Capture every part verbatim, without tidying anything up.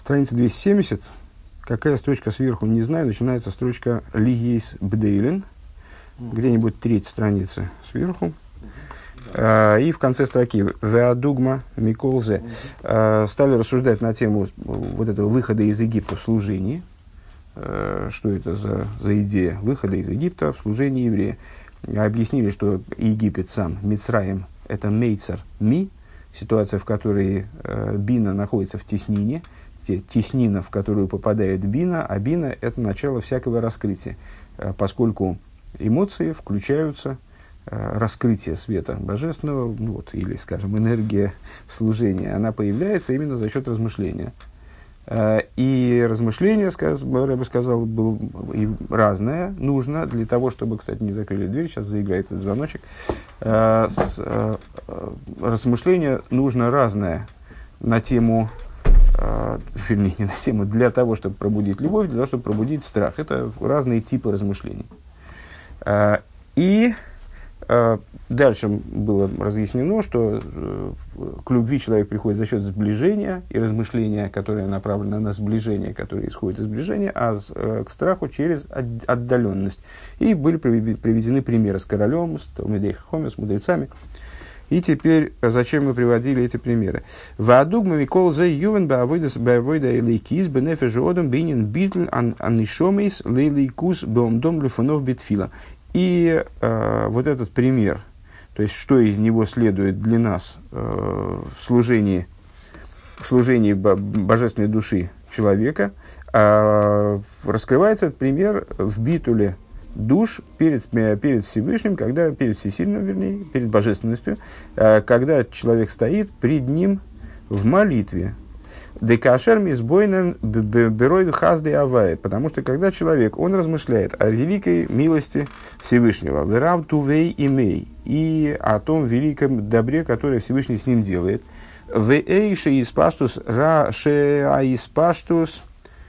Страница двести семьдесят. Какая строчка сверху, не знаю. Начинается строчка «Лигейс бдейлен». Где-нибудь треть страницы сверху. Uh, и в конце строки «Веадугма Миколзе» uh, стали рассуждать на тему вот этого выхода из Египта в служении. Uh, что это за, за идея выхода из Египта в служении еврея. Объяснили, что Египет сам, Мицраим, это мейцар ми, ситуация, в которой uh, бина находится в теснине, теснина, в которую попадает бина, а бина – это начало всякого раскрытия, uh, поскольку эмоции включаются раскрытие света божественного, ну, вот, или, скажем, энергия в служении, она появляется именно за счет размышления. И размышление, я бы сказал, было и разное, нужно для того, чтобы, кстати, не закрыли дверь, сейчас заиграет этот звоночек, размышление нужно разное на тему, вернее, не на тему, для того, чтобы пробудить любовь, для того, чтобы пробудить страх. Это разные типы размышлений. И дальше было разъяснено, что к любви человек приходит за счет сближения и размышления, которое направлено на сближение, которое исходит из сближения, а к страху через отдаленность. И были приведены примеры с королем, с Талмидей Хахомим, с мудрецами. И теперь, зачем мы приводили эти примеры? «Ваадугма микол зе ювен баавойдас баавойда элейкис бенефеш одам бинин битл анишомейс лейлейкус беомдом лифунов битфила». И э, вот этот пример, то есть что из него следует для нас э, в служении, в служении божественной души человека, э, раскрывается этот пример в битуле душ перед, перед Всевышним, когда, перед Всесильным, вернее, перед божественностью, э, когда человек стоит пред ним в молитве. Декашер мисбойнен берой хазды авай, потому что когда человек, он размышляет о великой милости Всевышнего, верав тувей имей, и о том великом добре, которое Всевышний с ним делает, вейши испаштус ра ше аиспаштус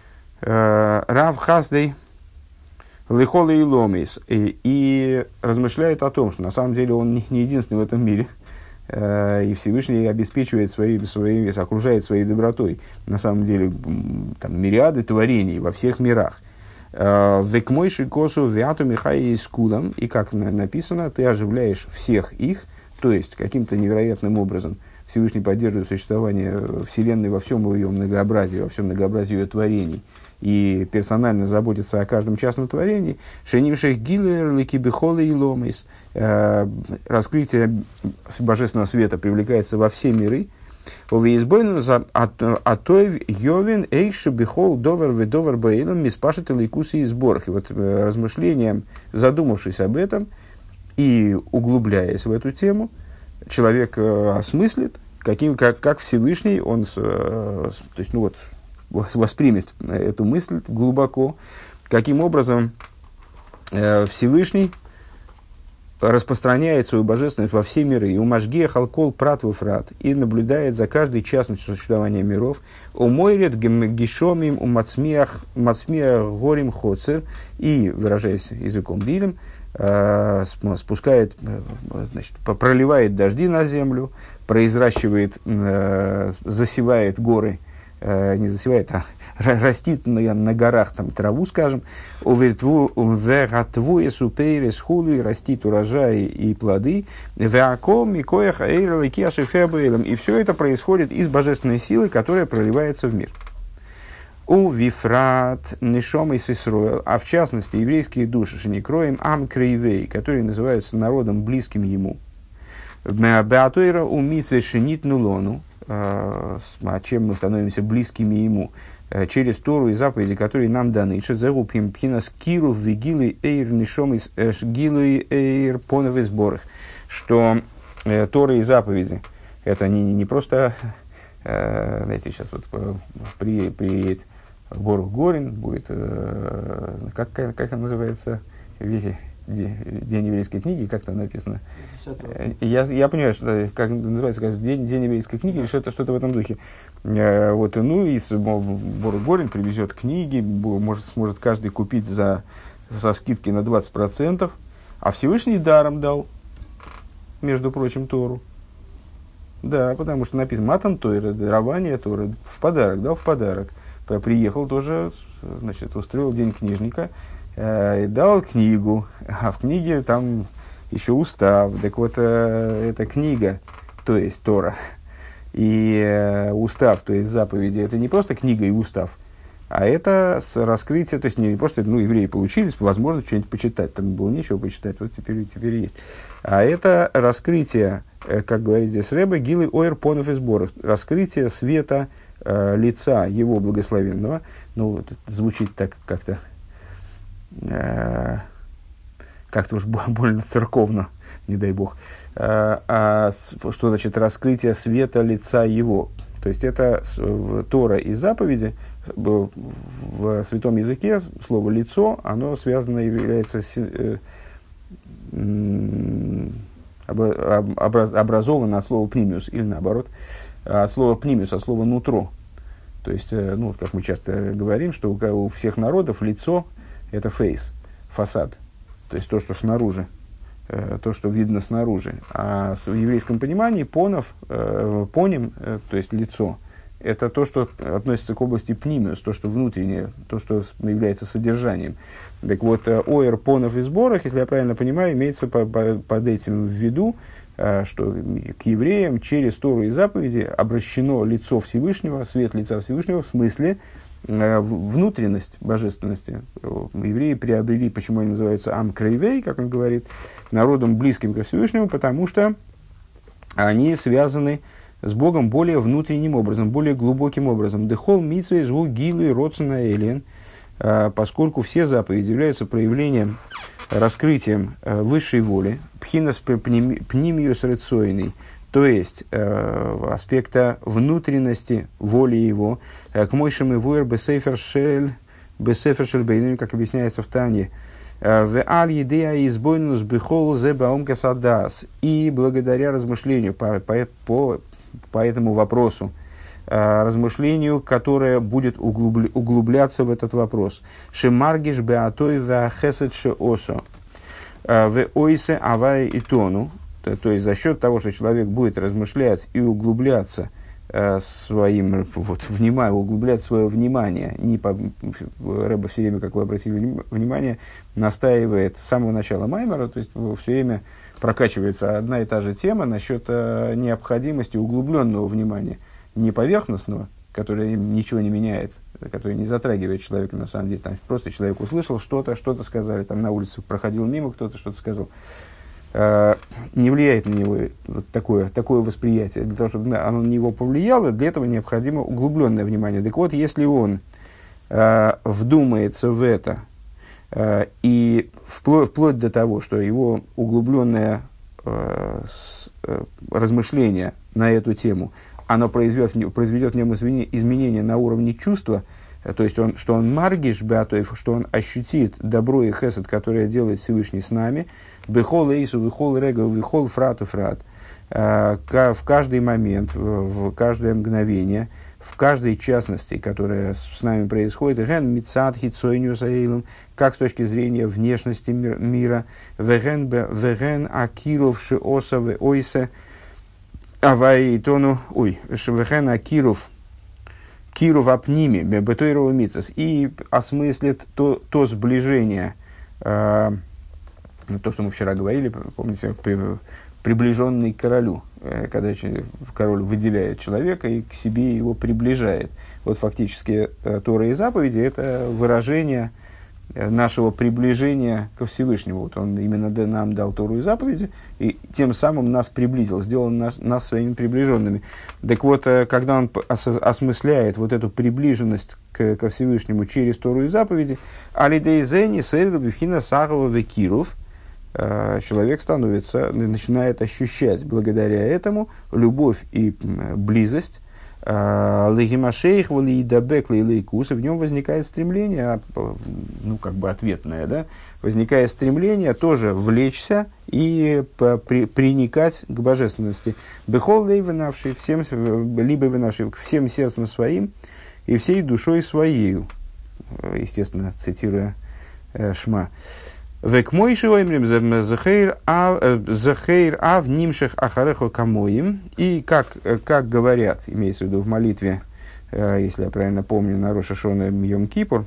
рав хаздей лихолы и ломис, и размышляет о том, что на самом деле он не единственный в этом мире. И Всевышний обеспечивает своей, своей, окружает своей добротой, на самом деле, там, мириады творений во всех мирах. Векмойши косу вяту михай с кулам, и как написано, ты оживляешь всех их, то есть каким-то невероятным образом Всевышний поддерживает существование Вселенной во всем ее многообразии, во всем многообразии ее творений, и персонально заботится о каждом частном творении. Шенимших гилер ликибихолы и ломис. Раскрытие божественного света привлекается во все миры. Овеизбойну за атоев йовен эйшу бихол довар ведовар баилом миспашет лейкуси и сборах. И вот размышлением, задумавшись об этом и углубляясь в эту тему, человек осмыслит, каким, как, как Всевышний он, то есть, ну вот, воспримет эту мысль глубоко, каким образом э, Всевышний распространяет свою божественность во все миры, и у Машгия халкол пратвуф рад, и наблюдает за каждой частностью существования миров, у Мойрет гешомим у мацмиях горим хоцер, и, выражаясь языком дилем, э, спускает, значит, проливает дожди на землю, произращивает, э, засевает горы, не засевает, а растит на, на горах там, траву, скажем, растит урожаи и плоды, и все это происходит из божественной силы, которая проливается в мир. У вифрат нишом и сисроэл, а в частности еврейские души, шеникроем ам кривей, которые называются народом близким ему. Беатойра у митве шенит нулону, а чем мы становимся близкими ему, через Тору и заповеди, которые нам даны. Шезеру пимпхинас киру вигилы эйр нишом из гилы эйр поновый сборах. Что э, Тора и заповеди это не, не просто, э, знаете, сейчас вот при, приедет Борух Горин, будет, э, как, как, как это называется, видите, День еврейской книги, как там написано. Я, я понимаю, что как называется, как день, день еврейской книги, или что-то, что-то в этом духе. Вот, ну и Борух Горин привезет книги, может, сможет каждый купить за, со скидки на двадцать процентов, а Всевышний даром дал, между прочим, Тору. Да, потому что написано Матан Тойра, дарование Торы в подарок, дал в подарок. приехал тоже, значит, устроил день книжника, э, дал книгу, а в книге там еще устав. Так вот, э, эта книга, то есть Тора, и э, устав, то есть заповеди, это не просто книга и устав, а это с раскрытие, то есть не просто, ну, евреи получились, возможно, что-нибудь почитать, там было нечего почитать, вот теперь, теперь есть. А это раскрытие, э, как говорит здесь Ребе, гилы оэр понов и сборах, раскрытие света э, лица его благословенного. Ну, вот это звучит так как-то, э, как-то уж больно церковно, не дай бог. А, а что значит раскрытие света лица его? То есть это Тора и заповеди. В, в святом языке слово «лицо», оно связано, является э, образ, образовано от слова «пнимиус», или наоборот, от слова «пнимиус», от слова «нутро». То есть, э, ну, как мы часто говорим, что у, у всех народов лицо – это фейс, фасад, то есть то, что снаружи, э, то, что видно снаружи. А в еврейском понимании понов, э, поним, э, то есть лицо, это то, что относится к области пнимиус, то, что внутреннее, то, что является содержанием. Так вот, оэр, понов и сборах, если я правильно понимаю, имеется по, по, под этим в виду, что к евреям через Тору и заповеди обращено лицо Всевышнего, свет лица Всевышнего, в смысле внутренность божественности. Евреи приобрели, почему они называются ам крейвей, как он говорит, народом близким ко Всевышнему, потому что они связаны с Богом более внутренним образом, более глубоким образом. Дехол митсвей звук гилу и родсена элен, поскольку все заповеди являются проявлением, раскрытием высшей воли, пхинас пнимиус рецойный, то есть аспекта внутренности воли его, к мойшем и вуэр бесефершель бесефершель бейнами, как объясняется в Тане, в аль едея избойнус бихол зе баомка садас, и благодаря размышлению по, по, по по этому вопросу, э, размышлению, которое будет углубля, углубляться в этот вопрос. Шемаргиш беатой веахесет шеосо в ойсе авай и тону, то есть за счет того, что человек будет размышлять и углубляться э, своим, вот, внимание, углублять свое внимание, не по, Рэбе все время, как вы обратили внимание, настаивает с самого начала Маймера, то есть все время прокачивается одна и та же тема насчет э, необходимости углубленного внимания, не поверхностного, которое ничего не меняет, которое не затрагивает человека на самом деле. Там просто человек услышал что-то, что-то сказали, там на улице проходил мимо, кто-то что-то сказал. Э, не влияет на него вот такое, такое восприятие. Для того, чтобы оно на него повлияло, для этого необходимо углубленное внимание. Так вот, если он э, вдумается в это, и вплоть, вплоть до того, что его углубленное э, с, э, размышление на эту тему, оно произведет, произведет в нем изменения на уровне чувства, то есть он, что он маргиш беатоев, что он ощутит добро и хесед, которое делает Всевышний с нами, бехол эйсу, бехол регу, бехол фрату фрат, в каждый момент, в каждое мгновение, в каждой частности, которая с нами происходит, ген мицад хитсойнюс аилум, как с точки зрения внешности мира, веген веген акиров шиоса ве ойсе авай тону, ой, веген акиров киров апними бетойрова мицас, и осмыслит то, то сближение, э, то, что мы вчера говорили, помните, при, приближенный к королю, когда король выделяет человека и к себе его приближает. Вот фактически Тора и заповеди – это выражение нашего приближения ко Всевышнему. Вот он именно нам дал Тору и заповеди, и тем самым нас приблизил, сделал нас, нас своими приближенными. Так вот, когда он ос- осмысляет вот эту приближенность к, ко Всевышнему через Тору и заповеди, «Алидейзени сэль рубифхина сагова векиров», человек становится, начинает ощущать благодаря этому любовь и близость. Легимашейх валиидабек лейлейкус, в нем возникает стремление, ну, как бы ответное, да, возникает стремление тоже влечься и при, приникать к божественности. Бехол лейвенавший, всем, либо венавший, всем сердцем своим и всей душой своею, естественно, цитируя э, Шма. Век мой шивоимрим захейр ав нимших ахарехо камоим. И как, как говорят, имеется в виду в молитве если я правильно помню, на Рош ха-Шана Йом-Кипур.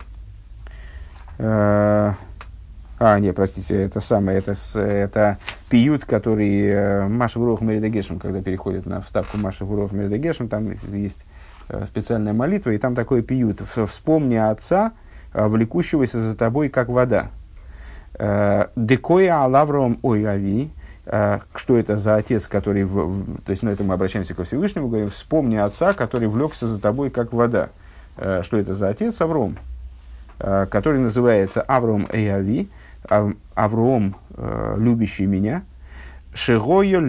А, не, простите, это самое, это, это пиют, который Маша Врух Меридагешем, когда переходит на вставку Маша Врух Меридагешем, там есть специальная молитва, и там такой пиют: «Вспомни отца, влекущегося за тобой, как вода». «Декоя алавром ой ави». Что это за отец, который... В, в, то есть, на этом мы обращаемся ко Всевышнему, говорим: «Вспомни отца, который влекся за тобой, как вода». Что это за отец? Авром, который называется Авром Эйави, Авром, любящий меня. Шигойо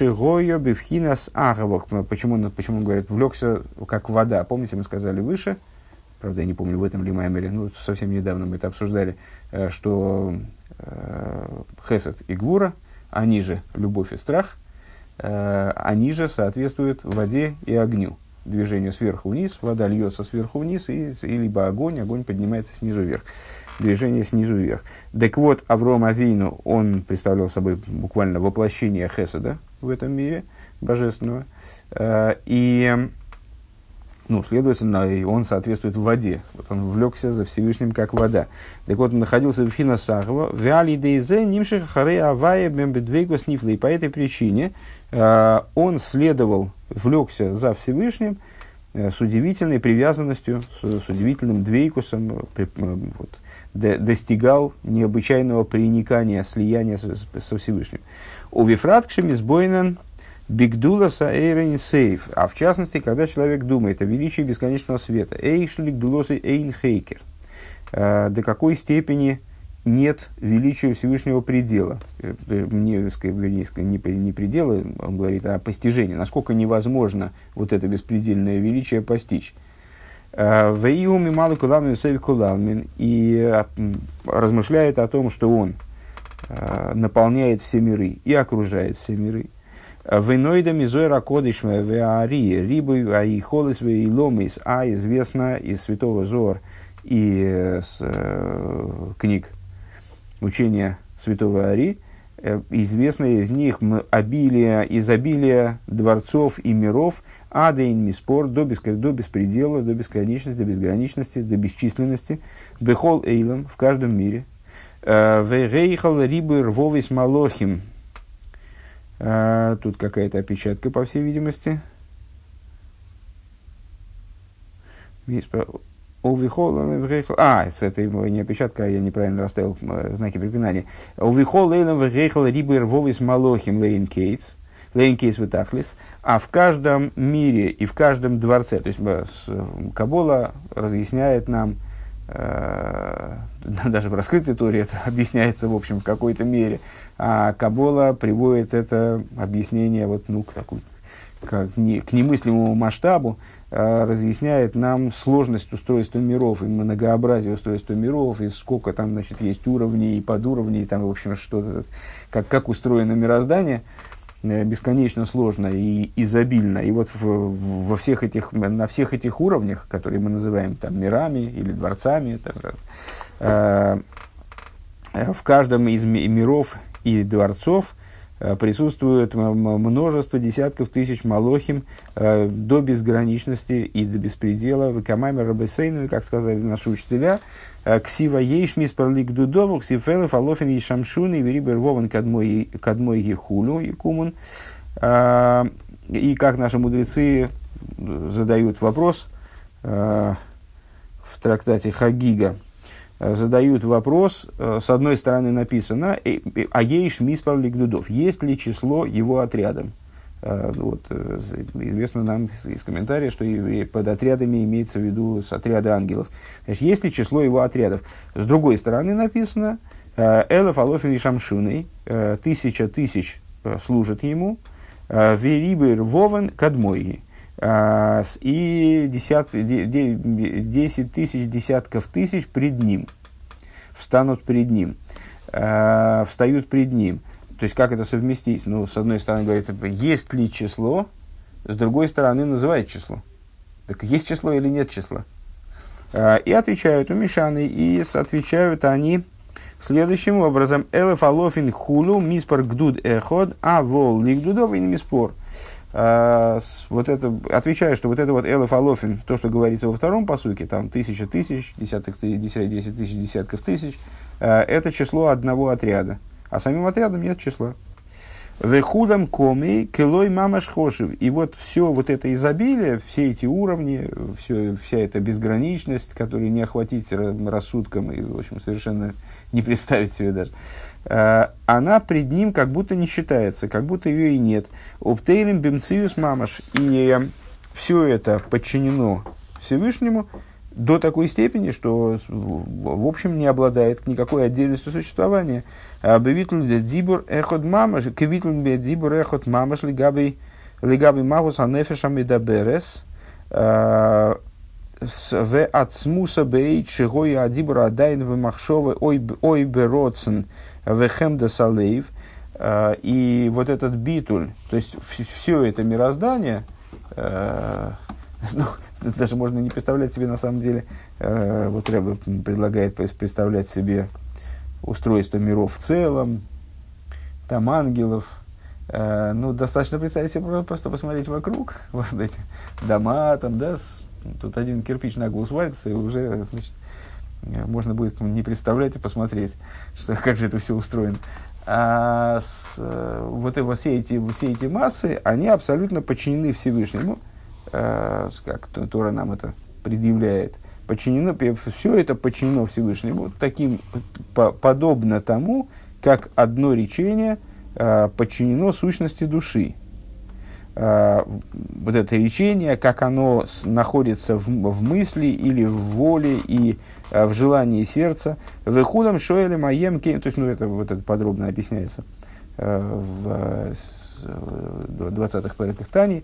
бифхинас агавок. Почему, почему он говорит «влекся, как вода»? Помните, мы сказали выше, правда, я не помню, в этом ли маймере, ну, совсем недавно мы это обсуждали, что э, хесед и гвура, они же любовь и страх, э, они же соответствуют воде и огню. Движению сверху вниз, вода льется сверху вниз, и, и либо огонь, огонь поднимается снизу вверх. Движение снизу вверх. Так вот, Авром Авейну, он представлял собой буквально воплощение хеседа в этом мире, божественного. Э, и, ну, следовательно, он соответствует воде. Вот он влекся за Всевышним, как вода. Так вот, он находился в Финасахова. Вяли дейзе нимших харе авае бембедвейго снифлей. По этой причине э, он следовал, влекся за Всевышним э, с удивительной привязанностью, с, с удивительным двейкусом, при, э, вот, до, достигал необычайного приникания, слияния со, со Всевышним. У Вифраткшем избойнан Бигдуласа эйрен сейф. А в частности, когда человек думает о величии бесконечного света, эйшли гдулосы эйн хейкер. До какой степени нет величия Всевышнего предела. Не, не, не предела, он говорит о постижении. Насколько невозможно вот это беспредельное величие постичь. Вейуми малый кулалмин сейв кулалмин. И размышляет о том, что он наполняет все миры и окружает все миры. Вейноида мизойра кодишме веари рибы аихолис веиломис, а известно из Святого Зоар и с э, книг учения Святого Ари, э, известно из них обилие, изобилие дворцов и миров, адейн миспор, до, беск... до беспредела, до бесконечности, до безграничности, до бесчисленности, бехол эйлам, в каждом мире, вейрейхал рибы рвовис малохим. А, тут какая-то опечатка, по всей видимости. А, это не опечатка, я неправильно расставил знаки препинания. Увихол эйлам вегейхал рибы рвовис малохим лейн кейтс. Лейн кейтс витахлис. А в каждом мире и в каждом дворце, то есть Каббала разъясняет нам, даже в раскрытой Торе это объясняется, в общем, в какой-то мере. А Каббала приводит это объяснение вот, ну, к, такой, к, не, к немыслимому масштабу, а, разъясняет нам сложность устройства миров и многообразие устройства миров, и сколько там, значит, есть уровней и подуровней, и там, в общем, что как, как устроено мироздание, бесконечно сложно и изобильно. И вот в, в, во всех этих, на всех этих уровнях, которые мы называем там, мирами или дворцами, там, э, в каждом из миров и дворцов э, присутствует множество, десятков тысяч малохим э, до безграничности и до беспредела. Векамаймер рабесейну, как сказали наши учителя, ксива ейшмис парлик дудову, ксифелев алофин ешамшуны, верибер вован кадмой ехулю и кумун. И как наши мудрецы задают вопрос э, в трактате Хагига, задают вопрос, с одной стороны написано «Аейш миспар лигдудов», есть ли число его отрядом. Вот, известно нам из комментариев, что под отрядами имеется в виду с отряда ангелов. Значит, есть ли число его отрядов? С другой стороны написано «Элеф алофин и шамшуной», тысяча тысяч служат ему, «Верибер вовен кадмойги», и десять тысяч десятков тысяч пред ним, встанут пред ним, э, встают пред ним. То есть, как это совместить? Ну, с одной стороны, говорит, есть ли число, с другой стороны, называет число. Так есть число или нет числа? Э, и отвечают у Мишаны, и отвечают они следующим образом. Элеф алофин хулу миспар гдуд эход, а вол лигдудов и миспор. А, с, вот это, отвечаю, что вот это вот элеф алофин, то, что говорится во втором пасуке, там тысяча тысяч, десятых, десять, десять тысяч, десятков тысяч, а, это число одного отряда. А самим отрядом нет числа. Вехудам коми килой мамаш хошев. И вот все вот это изобилие, все эти уровни, все, вся эта безграничность, которую не охватить рассудком и, в общем, совершенно не представить себе даже, она пред ним как будто не считается, как будто ее и нет. Уптейлем бемциус мамаш. И все это подчинено Всевышнему до такой степени, что, в общем, не обладает никакой отдельностью существования. Бевитл дибур эхот мамаш, кевитл дибур эхот мамаш лигаби лигаби мавус анефеша медаберес в ацмуса бейт шигой адибур адайн в махшове ой бероцен в хемда салейв. И вот этот битуль, то есть все это мироздание, ну, даже можно не представлять себе на самом деле, э, вот Рэбе предлагает представлять себе устройство миров в целом, там ангелов, э, ну, достаточно представить себе, просто посмотреть вокруг, вот эти дома, там, да, с, тут один кирпич на голову свалится, и уже, значит, можно будет не представлять и посмотреть, что, как же это все устроено. А с, вот, и, вот все, эти, все эти массы, они абсолютно подчинены Всевышнему, как Тора нам это предъявляет, подчинено, все это подчинено Всевышнему, таким, по, подобно тому, как одно речение а, подчинено сущности души. А, вот это речение, как оно с, находится в, в мысли или в воле и а, в желании сердца. Вехудам шоэле маем кейм, то есть, ну, это, вот это подробно объясняется а, в, в двадцатых порядках Тани.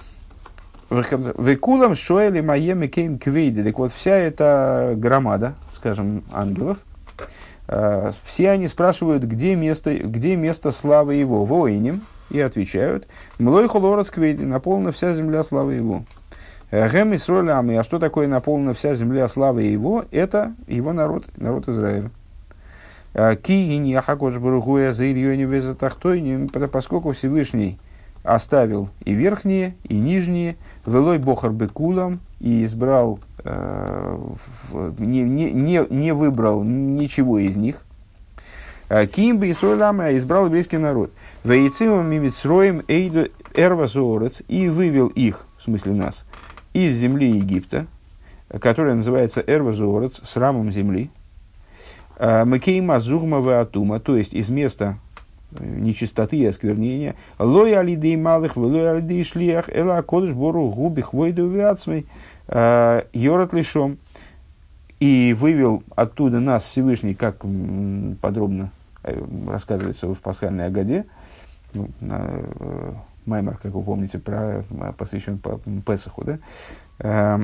Векулам шоэли маем кейм квейди. Так вот, вся эта громада, скажем, ангелов, э, все они спрашивают, где место, где место славы его, воиним, и отвечают, млой холорец квейди, наполнена вся земля славы его. Гэм исролям, а что такое наполнена вся земля славы его? Это его народ, народ Израиля. Ки хакош барухуя за ильёни везатахтойни, поскольку Всевышний оставил и верхние, и нижние, велой бохар бекулам, и избрал, э, в, не, не, не, не выбрал ничего из них. Кимби и Сойлама избрал еврейский народ. Вейцимом мимицроем эйду эрвазорец, и вывел их, в смысле нас, из земли Египта, которая называется эрвазорец, с рамом земли. Макейма зугма веатума, то есть из места нечистоты и осквернения. Лой алидей малых, лой алидей шлиях, эла кодыш бору губих войду вяцмей, йорат лишом. И вывел оттуда нас Всевышний, как подробно рассказывается в пасхальной Агаде. Ну, Маймер, как вы помните, про, посвящен по Песаху, да?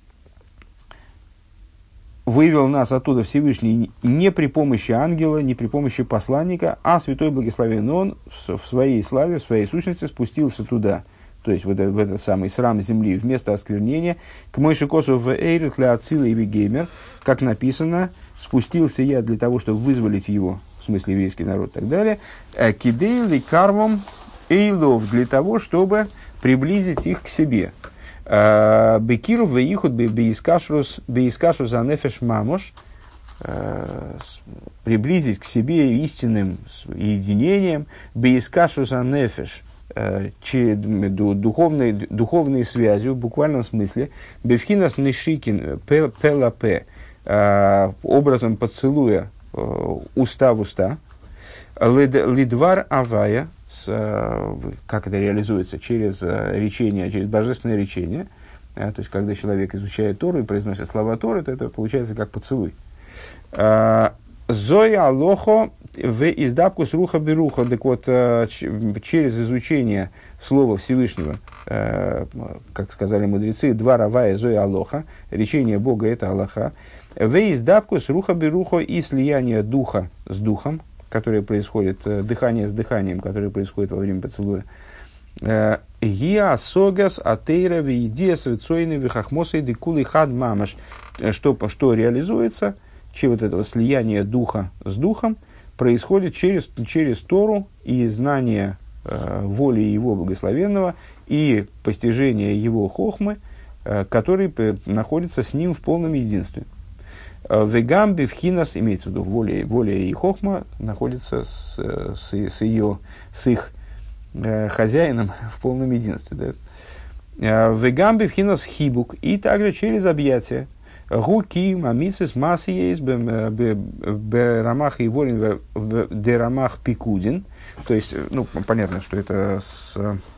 Вывел нас оттуда Всевышний не при помощи ангела, не при помощи посланника, а Святой Благословен Он в своей славе, в своей сущности спустился туда, то есть в этот, в этот самый срам земли, вместо осквернения, к Мойше Косу в Эйрет для Ацила и Вегеймер, как написано, спустился я для того, чтобы вызволить его, в смысле еврейский народ и так далее, Кидей ли карвом Эйлов, для того, чтобы приблизить их к себе. Бекиру веихуд беискашрус беискашрус анефеш мамош, приблизить к себе истинным единением, беискашрус анефеш, духовной, духовной связью, в буквальном смысле, бевхинас нишикин пелапе, образом поцелуя уста в уста, лидвар авая, с, как это реализуется, через речение, через божественное речение, то есть, когда человек изучает Тору и произносит слова Торы, то это получается как поцелуй. Зоя алохо в издавку с руха беруха, так вот, через изучение слова Всевышнего, как сказали мудрецы, два равая зоя алоха, речение Бога это Аллаха, в издавку с руха беруха и слияние духа с духом, которое происходит, дыхание с дыханием, которое происходит во время поцелуя. Гиа согас атейра виидия свицойны вихахмосой декулы хад мамаш. Что, что реализуется, через вот этого слияния духа с духом, происходит через, через Тору и знание э, воли его благословенного и постижения его хохмы, э, который находится с ним в полном единстве. Вегамби в хинас, имеется в виду, воля, воля и хохма находятся с, с, с, ее, с их э, хозяином в полном единстве. Да? Вегамби в хинас хибук, и также через объятия. Руки, мамисис, масиес, берамах и волин, дерамах пикудин. То есть, ну, понятно, что это с,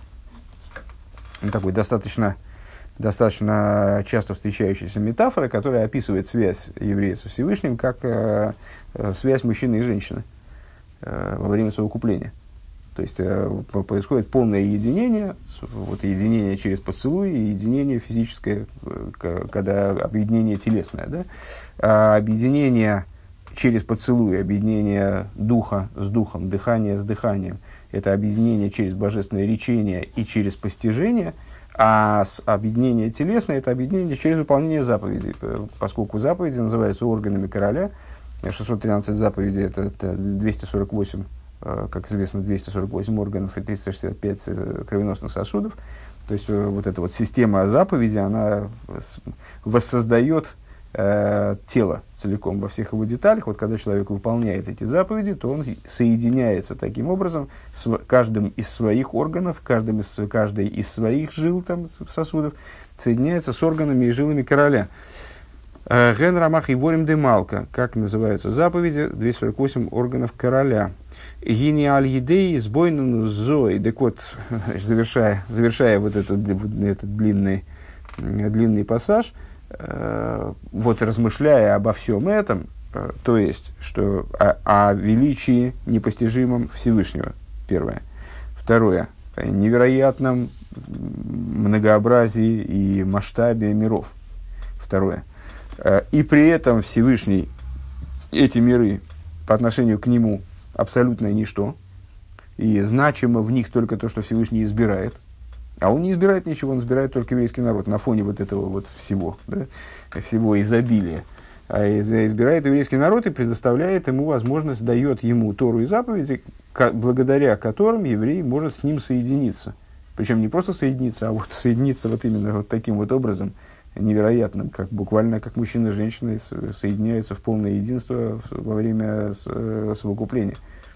ну, такой достаточно, достаточно часто встречающаяся метафора, которая описывает связь еврея со Всевышним как э, связь мужчины и женщины э, во время совокупления. То есть э, происходит полное единение, вот единение через поцелуй и единение физическое, э, когда объединение телесное. Да? А объединение через поцелуй, объединение духа с духом, дыхание с дыханием, это объединение через божественное речение и через постижение, а с объединение телесное – это объединение через выполнение заповедей, поскольку заповеди называются органами короля. шестьсот тринадцать заповедей – это, это двести сорок восемь, как известно, двести сорок восемь органов и триста шестьдесят пять кровеносных сосудов. То есть вот эта вот система заповедей, она воссоздает э, тело целиком во всех его деталях. Вот когда человек выполняет эти заповеди, то он соединяется таким образом с каждым из своих органов, каждым из, каждой из своих жил, там, сосудов, соединяется с органами и жилами короля. Ген рамах и ворим де малка, как называются заповеди, двести сорок восемь органов короля. Гини аль едей сбойну зои. Так вот, завершая, завершая вот этот, этот длинный, длинный пассаж, э, вот размышляя обо всем этом, э, то есть, что о, о величии непостижимом Всевышнего, первое. Второе, о невероятном многообразии и масштабе миров. Второе. И при этом Всевышний эти миры по отношению к нему абсолютное ничто, и значимо в них только то, что Всевышний избирает, а он не избирает ничего, он избирает только еврейский народ на фоне вот этого вот всего, да, всего изобилия. А избирает еврейский народ и предоставляет ему возможность, дает ему Тору и заповеди, благодаря которым еврей может с ним соединиться. Причем не просто соединиться, а вот соединиться вот именно вот таким вот образом, невероятным, как буквально как мужчина и женщина соединяются в полное единство во время совокупления.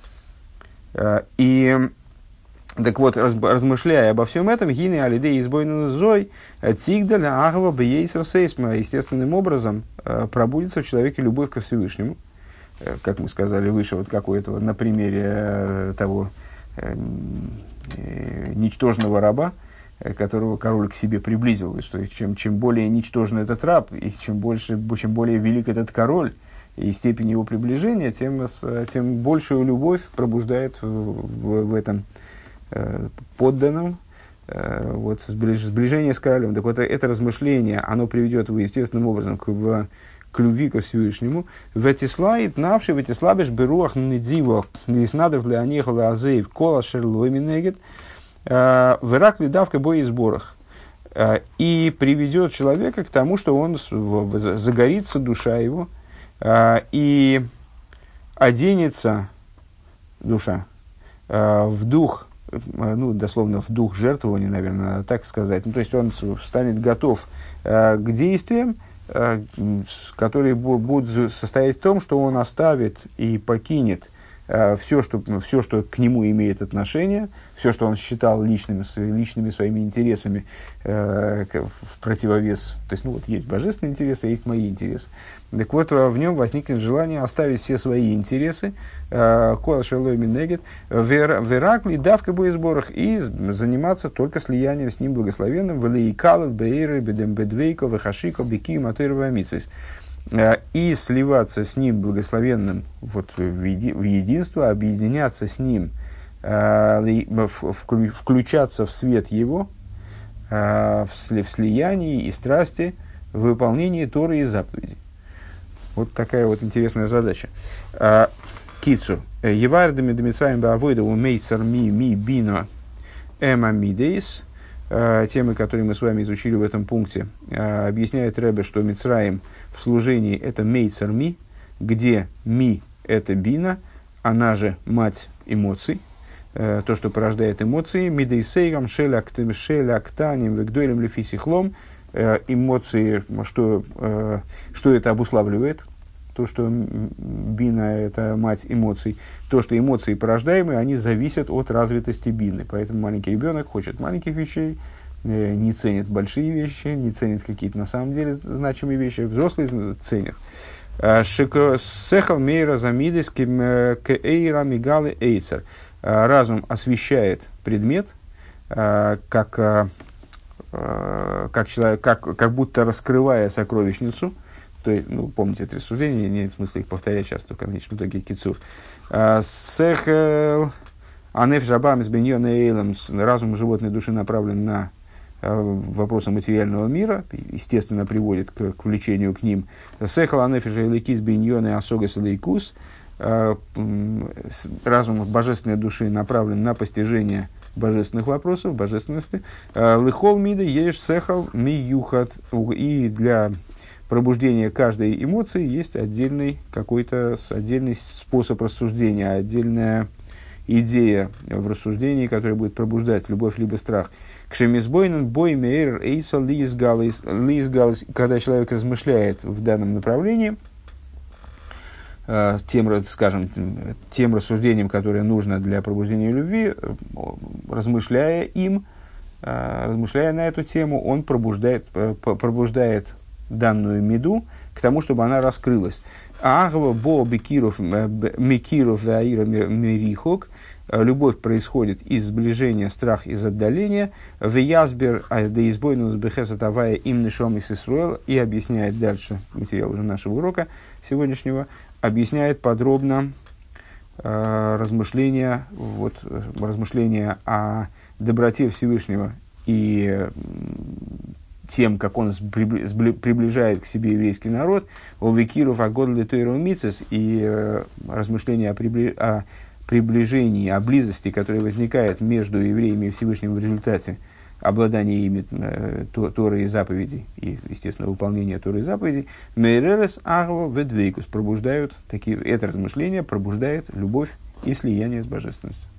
И так вот, раз, размышляя обо всем этом, гины алидей избойну зой цигдаль агва бейсер сейсма, естественным образом пробудится в человеке любовь ко Всевышнему, как мы сказали выше, вот как у этого на примере того э, э, ничтожного раба, которого король к себе приблизил, и что чем, чем более ничтожен этот раб, и чем, больше, чем более велик этот король, и степень его приближения, тем, тем большую любовь пробуждает в, в, в этом э, подданном э, вот, сближ, сближение с королем. Так вот, это размышление, оно приведет его естественным образом к, в, к любви ко Всевышнему. «Ветислает навши, ветислабеш беруах недиво, неснадов ли анехала азеев кола шерлой минегет». «Веракли давка бой и сборах». И приведет человека к тому, что он загорится, душа его, и оденется душа в дух, ну, дословно в дух жертвования, наверное, надо так сказать. Ну, то есть он станет готов к действиям, которые будут состоять в том, что он оставит и покинет все, что, все, что к нему имеет отношение, все, что он считал личными, личными своими интересами, э, в противовес. То есть, ну вот есть божественные интересы, а есть мои интересы. Так вот, в нем возникнет желание оставить все свои интересы, кола шелой минегет, веракли давка бы сборах, и заниматься только слиянием с ним благословенным, великалат бейры бедем бедвейко вехашико беки матырва митсвис, и сливаться с ним благословенным вот, в, еди, в единство, объединяться с ним, э, включаться в свет его, э, в, сли, в слиянии и страсти, в выполнении Торы и заповедей. Вот такая вот интересная задача. Кицу. Евардами демицраем баавойда умейцар ми ми бино эмамидейс. Темы, которые мы с вами изучили в этом пункте, объясняет Ребе, что Мицраим в служении это мейцар ми, где ми это бина, она же мать эмоций. э, то, что порождает эмоции, мидейсейгам, шеляктаним, вегдойлем, лефисихлом, э, эмоции, что, э, что это обуславливает, то, что бина – это мать эмоций, то, что эмоции порождаемые, они зависят от развитости бины. Поэтому маленький ребенок хочет маленьких вещей, не ценит большие вещи, не ценит какие-то на самом деле значимые вещи. Взрослые ценят. Сехал мейра замидиским кэйра мигалы эйцер. Разум освещает предмет, как, как, человек, как, как будто раскрывая сокровищницу. То есть, ну, помните это рассуждение, нет смысла их повторять сейчас, только в конечном итоге кицур. Сехал анеф жабам с беньон эйлом. Разум животной души направлен на вопросы материального мира, естественно, приводит к, к влечению к ним. Сехал анефиша эликис биньон и асогас элейкус. Разум божественной души направлен на постижение божественных вопросов, божественности. Лыхол мида еш сехал ми юхат. И для пробуждения каждой эмоции есть отдельный какой-то отдельный способ рассуждения, отдельная идея в рассуждении, которая будет пробуждать любовь либо страх. Кшемизбойнен бой мейр эйсал лиис галис. Когда человек размышляет в данном направлении, тем, скажем, тем рассуждением, которое нужно для пробуждения любви, размышляя им, размышляя на эту тему, он пробуждает, пробуждает данную меду к тому, чтобы она раскрылась. Агва бо бекиров мекиров аира мерихок. Любовь происходит из сближения, страх из отдаления. Веязбер деизбойнус бехесатавая им нишом из Исруэл. И объясняет дальше, материал уже нашего урока сегодняшнего, объясняет подробно э, размышления, вот, размышления о доброте Всевышнего и э, тем, как он приближает к себе еврейский народ, о векиров агодли тойру мицес, и э, размышления о, прибли... о приближении, о близости, которая возникает между евреями и Всевышним в результате обладания ими э, Торы и заповедей, и, естественно, выполнения Торы и заповедей, мейререс агва ведвейкус, пробуждают такие, это размышление пробуждает любовь и слияние с божественностью.